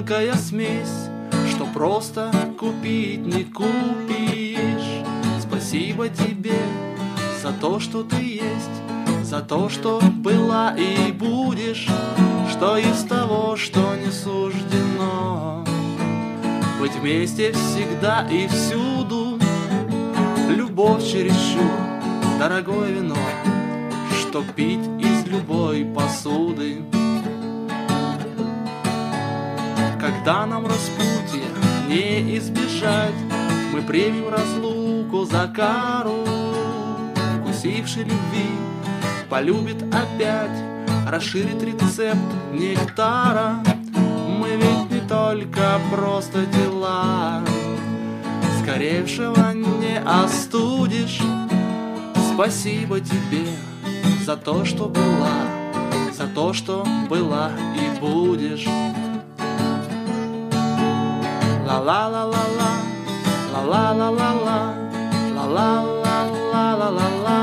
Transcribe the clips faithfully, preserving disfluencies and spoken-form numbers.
тонкая смесь, что просто купить не купишь. Спасибо тебе за то, что ты есть, за то, что была и будешь, что из того, что не суждено. Быть вместе всегда и всюду, любовь чересчур, дорогое вино, что пить из любой посуды. Когда нам распутья не избежать, мы примем разлуку за кару. Вкусивший любви полюбит опять, расширит рецепт нектара. Мы ведь не только просто дела, сгоревшего не остудишь. Спасибо тебе за то, что была, за то, что была и будешь. Ла-ла-ла-ла-ла, ла-ла-ла-ла-ла, ла-ла-ла-ла-ла-ла-ла,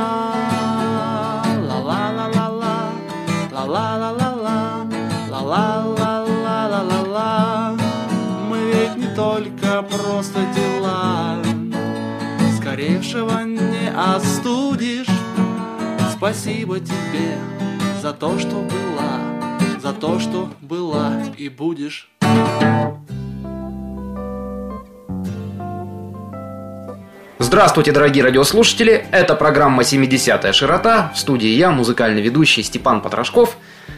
ла-ла-ла-ла-ла, ла-ла-ла-ла-ла, ла-ла-ла-ла-ла-ла. Мы ведь не только просто дела, сгоревшего не остудишь. Спасибо тебе за то, что была, за то, что была и будешь. Здравствуйте, дорогие радиослушатели! Это программа «семидесятая широта». В студии я, музыкальный ведущий Степан Потрошков.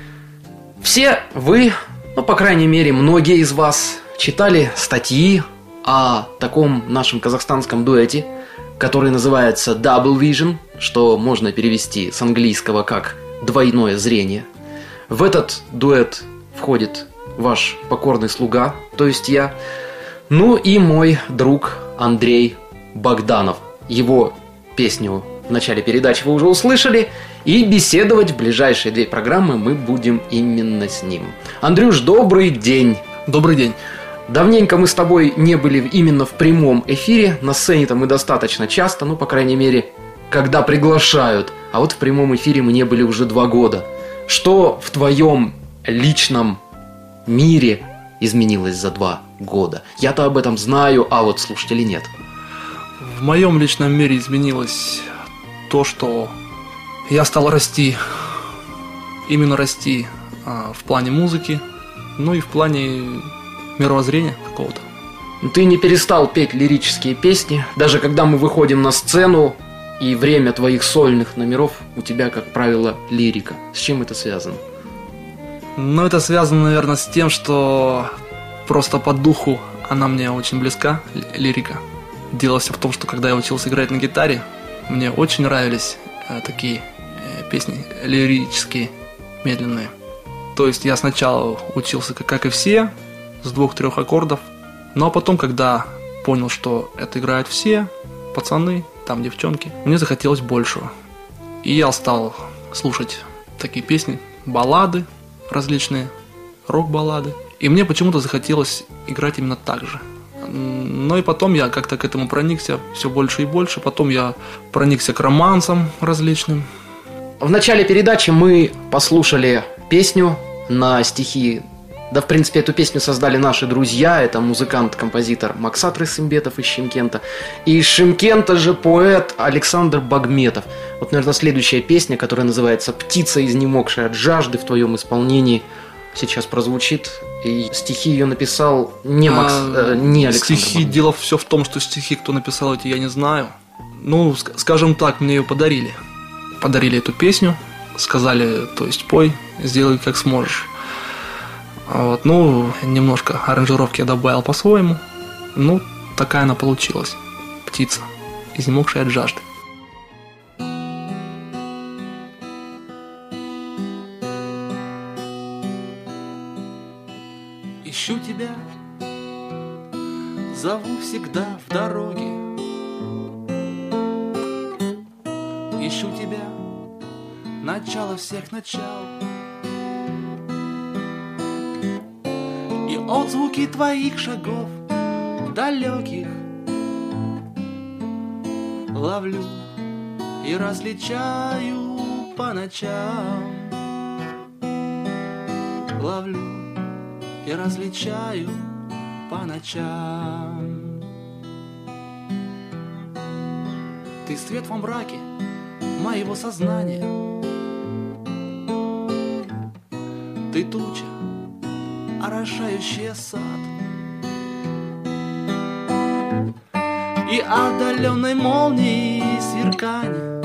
Все вы, ну, по крайней мере, многие из вас читали статьи о таком нашем казахстанском дуэте, который называется Double Vision, что можно перевести с английского как «двойное зрение». В этот дуэт входит ваш покорный слуга, то есть я, ну и мой друг Андрей Богданов. Его песню в начале передачи вы уже услышали, и беседовать в ближайшие две программы мы будем именно с ним. Андрюш, добрый день! Добрый день! Давненько мы с тобой не были именно в прямом эфире. На сцене-то мы достаточно часто, ну, по крайней мере, когда приглашают. А вот в прямом эфире мы не были уже два года. Что в твоем личном мире изменилось за два года? Я-то об этом знаю, а вот слушателей нет. В моем личном мире изменилось то, что я стал расти, именно расти а, в плане музыки, ну и в плане мировоззрения какого-то. Ты не перестал петь лирические песни, даже когда мы выходим на сцену, и время твоих сольных номеров у тебя, как правило, лирика. С чем это связано? Ну, это связано, наверное, с тем, что просто по духу она мне очень близка, лирика. Дело все в том, что когда я учился играть на гитаре, мне очень нравились э, такие э, песни лирические, медленные. То есть я сначала учился, как, как и все, с двух-трех аккордов, но потом, когда понял, что это играют все, пацаны, там девчонки, мне захотелось большего. И я стал слушать такие песни, баллады различные, рок-баллады. И мне почему-то захотелось играть именно так же. Ну и потом я как-то к этому проникся все больше и больше. Потом я проникся к романсам различным. В начале передачи мы послушали песню на стихи. Да, в принципе, эту песню создали наши друзья. Это музыкант-композитор Максат Рысымбетов из Шымкента. И из Шымкента же поэт Александр Багметов. Вот, наверное, следующая песня, которая называется «Птица, изнемогшая от жажды», в твоем исполнении сейчас прозвучит. И стихи ее написал не Макс, а, э, не Александр Стихи, Багметов. дело все в том, что стихи, кто написал эти, я не знаю. Ну, скажем так, мне ее подарили. Подарили эту песню, сказали, то есть пой, сделай как сможешь. Вот, ну, немножко аранжировки я добавил по-своему. Ну, такая она получилась. Птица, изнемогшая от жажды. Ищу тебя, зову всегда в дороге. Ищу тебя, начало всех начал. И отзвуки твоих шагов далеких ловлю и различаю по ночам. Ловлю и различаю по ночам. Ты свет во мраке моего сознания, ты туча, орошающая сад, и отдаленной молнии сверканье,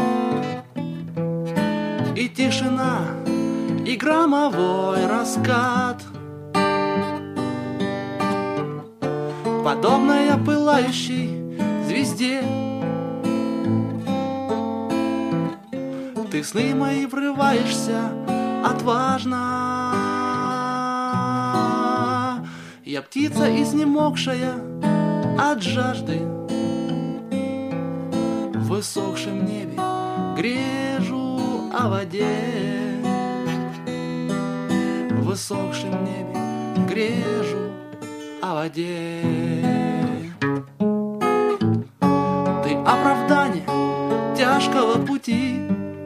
и тишина, и громовой раскат, подобная пылающей звезде. Ты в сны мои врываешься отважно. Я птица, изнемогшая от жажды, в высохшем небе грежу о воде. В высохшем небе грежу о воде. Ты оправдание тяжкого пути,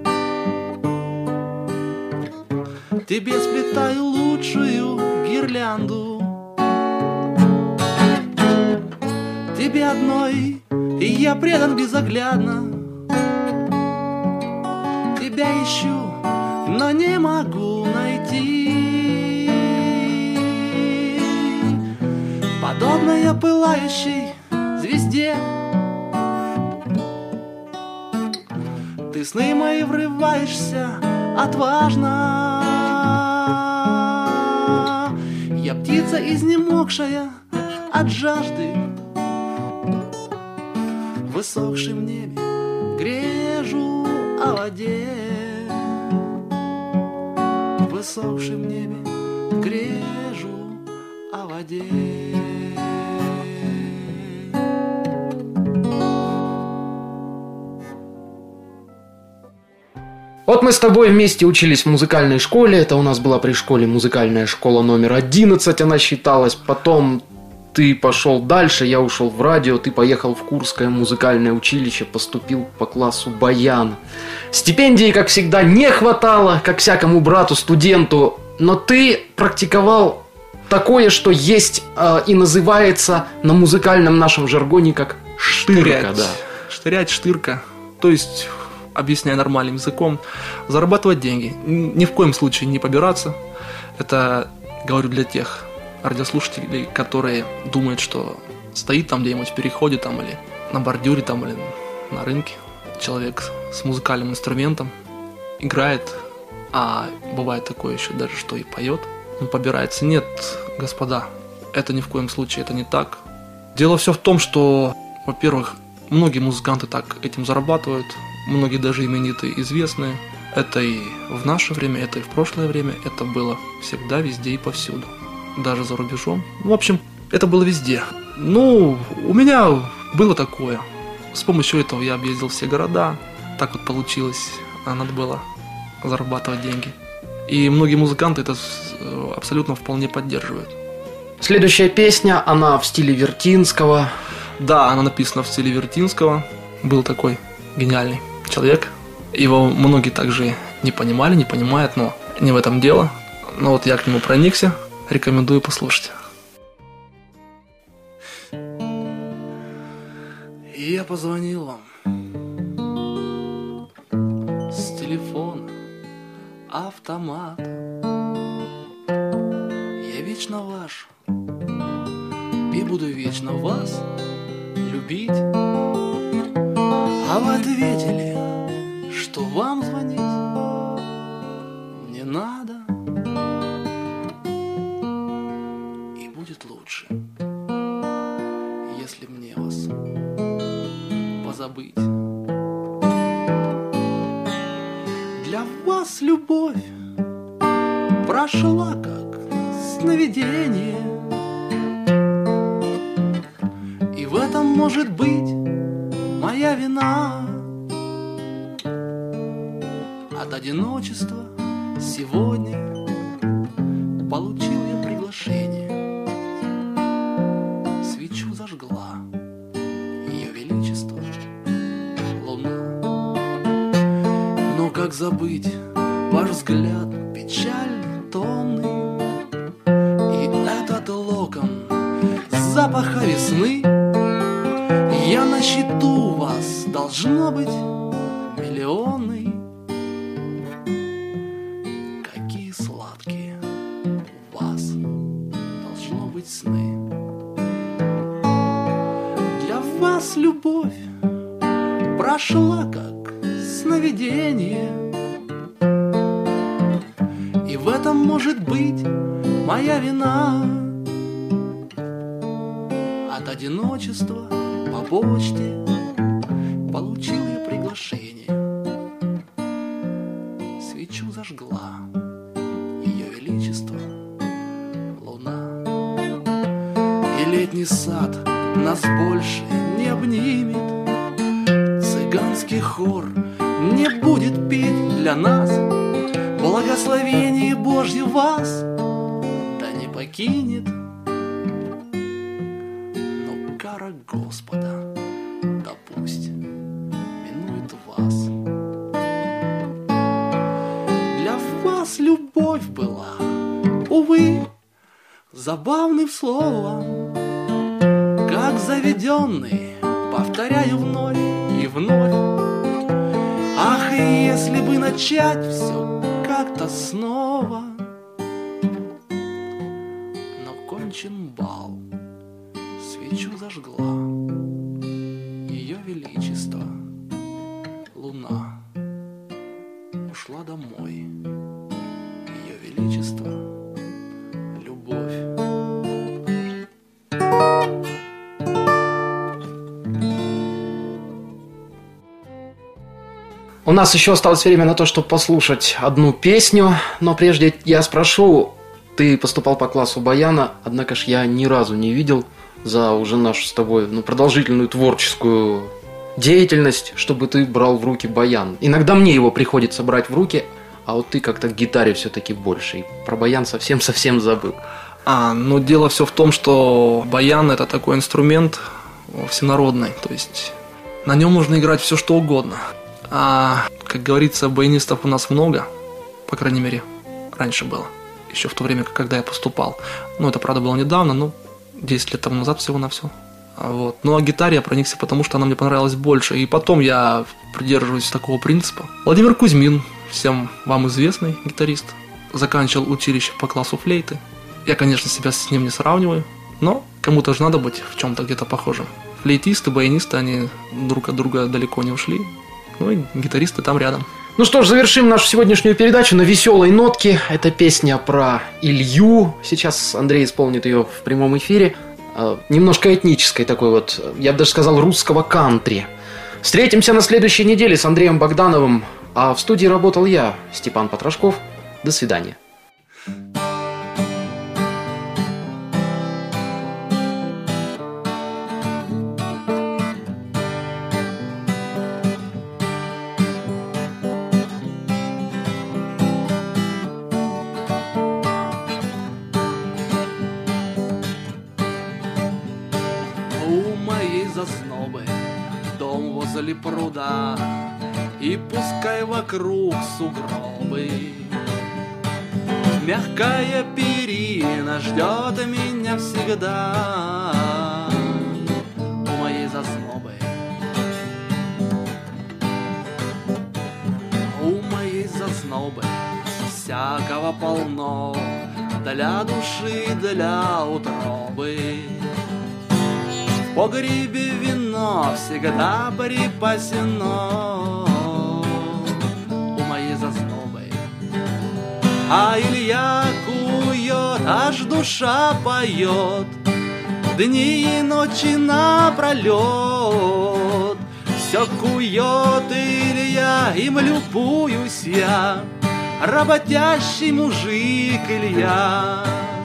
тебе сплетаю лучшую гирлянду. Тебе одной и я предан безоглядно. Тебя ищу, но не могу найти. Подобная пылающей звезде, ты в сны мои врываешься отважно. Я птица, изнемогшая от жажды, в высохшем небе грежу о воде. В высохшем небе грежу о воде. Вот мы с тобой вместе учились в музыкальной школе. Это у нас была при школе музыкальная школа номер одиннадцать, она считалась. Потом ты пошел дальше, я ушел в радио, ты поехал в Курское музыкальное училище, поступил по классу баян. Стипендии, как всегда, не хватало, как всякому брату, студенту. Но ты практиковал такое, что есть э, и называется на музыкальном нашем жаргоне как штырка. Штырять, да. штырять, штырка. То есть, объясняя нормальным языком, зарабатывать деньги. Ни в коем случае не побираться. Это говорю для тех радиослушателей, которые думают, что стоит там где-нибудь в переходе там, или на бордюре там, или на рынке человек с музыкальным инструментом играет, а бывает такое еще даже, что и поет, он побирается. Нет, господа, это ни в коем случае, это не так. Дело все в том, что, во-первых, многие музыканты так этим зарабатывают, многие даже именитые, известные. Это и в наше время, это и в прошлое время, это было всегда, везде и повсюду. Даже за рубежом. В общем, это было везде. Ну, у меня было такое. С помощью этого я объездил все города. Так вот получилось. А надо было зарабатывать деньги. И многие музыканты это абсолютно вполне поддерживают. Следующая песня, она в стиле Вертинского. Да, она написана в стиле Вертинского. Был такой гениальный человек. Его многие также не понимали, не понимают, но не в этом дело. Но вот я к нему проникся. Рекомендую послушать. Я позвонил вам с телефона автомат. Я вечно ваш и буду вечно вас любить. А вы ответили, что вам звонить не надо. Будет лучше, если мне вас позабыть. Для вас любовь прошла как сновидение, и в этом может быть моя вина. От одиночества сегодня получил я приглашение. Свечу зажгла Ее Величество Луна. Но как забыть ваш взгляд печальный, томный, запаха весны. Я на счету у вас, должно быть, миллионы. Какие сладкие у вас должно быть сны. Для вас любовь прошла как сновидение, и в этом может быть моя вина. От одиночества по почте получил я приглашение. Свечу зажгла Ее Величество Луна. И летний сад нас больше не обнимет, цыганский хор не будет петь для нас. Благословение Божье вас да не покинет, но кара Господа да пусть минует вас. Для вас любовь была, увы, забавным словом, как заведенный, повторяю вновь и вновь. Ах, и если бы начать все как-то снова. Но кончен бал, свечу зажгла Ее Величество Луна. Ушла домой Ее Величество Любовь. У нас еще осталось время на то, чтобы послушать одну песню, но прежде я спрошу, ты поступал по классу баяна, однако ж я ни разу не видел за уже нашу с тобой ну, продолжительную творческую деятельность, чтобы ты брал в руки баян. Иногда мне его приходится брать в руки, а вот ты как-то к гитаре все-таки больше, и про баян совсем-совсем забыл. А, ну дело все в том, что баян — это такой инструмент всенародный, то есть на нем можно играть все что угодно. А, как говорится, баянистов у нас много, по крайней мере, раньше было, еще в то время, когда я поступал. Ну, это, правда, было недавно, ну, десять лет тому назад всего-навсего. Вот. Ну, а гитаре я проникся, потому что она мне понравилась больше. И потом я придерживаюсь такого принципа. Владимир Кузьмин, всем вам известный гитарист, заканчивал училище по классу флейты. Я, конечно, себя с ним не сравниваю, но кому-то же надо быть в чем-то где-то похожим. Флейтисты, баянисты, они друг от друга далеко не ушли. Ну и гитаристы там рядом. Ну что ж, завершим нашу сегодняшнюю передачу на веселой нотке. Это песня про Илью. Сейчас Андрей исполнит ее в прямом эфире. Немножко этнической такой вот, я бы даже сказал, русского кантри. Встретимся на следующей неделе с Андреем Богдановым. А в студии работал я, Степан Потрошков. До свидания. Дом возле пруда, и пускай вокруг сугробы. Мягкая перина ждет меня всегда у моей зазнобы. У моей зазнобы всякого полно, для души, для утробы. В погребе вино всегда припасено у моей зазнобы. А Илья кует, аж душа поет, дни и ночи напролет. Все кует Илья, им любуюсь я, работящий мужик Илья.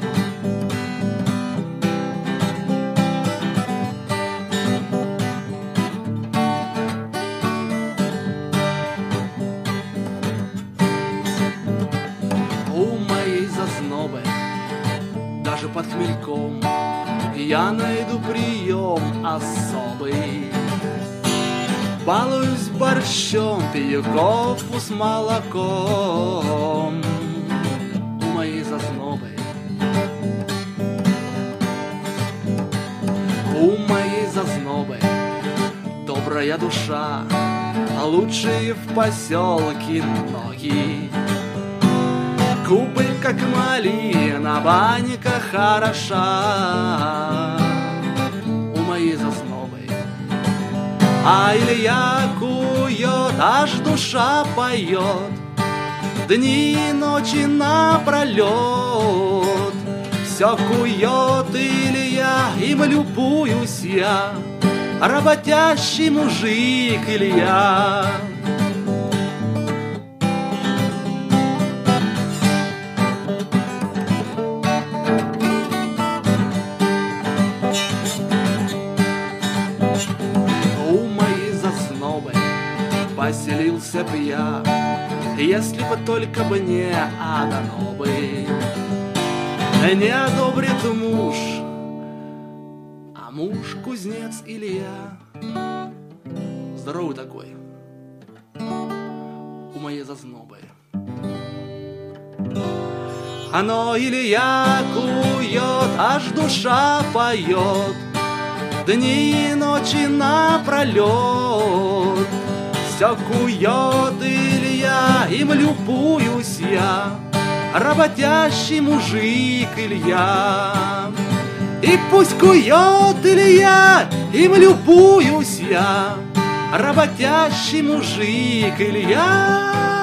Даже под хмельком я найду прием особый. Балуюсь борщом, пью кофу с молоком у моей зазнобы. добрая душа, лучшие в поселке ноги. Губы, как малина, банька хороша у моей зазнобы. А Илья кует, аж душа поет, дни и ночи напролет. Все кует Илья, им любуюсь я, работящий мужик Илья. Поселился б я, если бы только бы не одно бы. Не одобрит муж, а муж кузнец Илья. Здоровый такой, у моей зазнобы. Оно Илья кует, аж душа поет, дни и ночи напролет. Все кует Илья, им любуюсь я, работящий мужик Илья. И пусть кует Илья, им любуюсь я, работящий мужик Илья.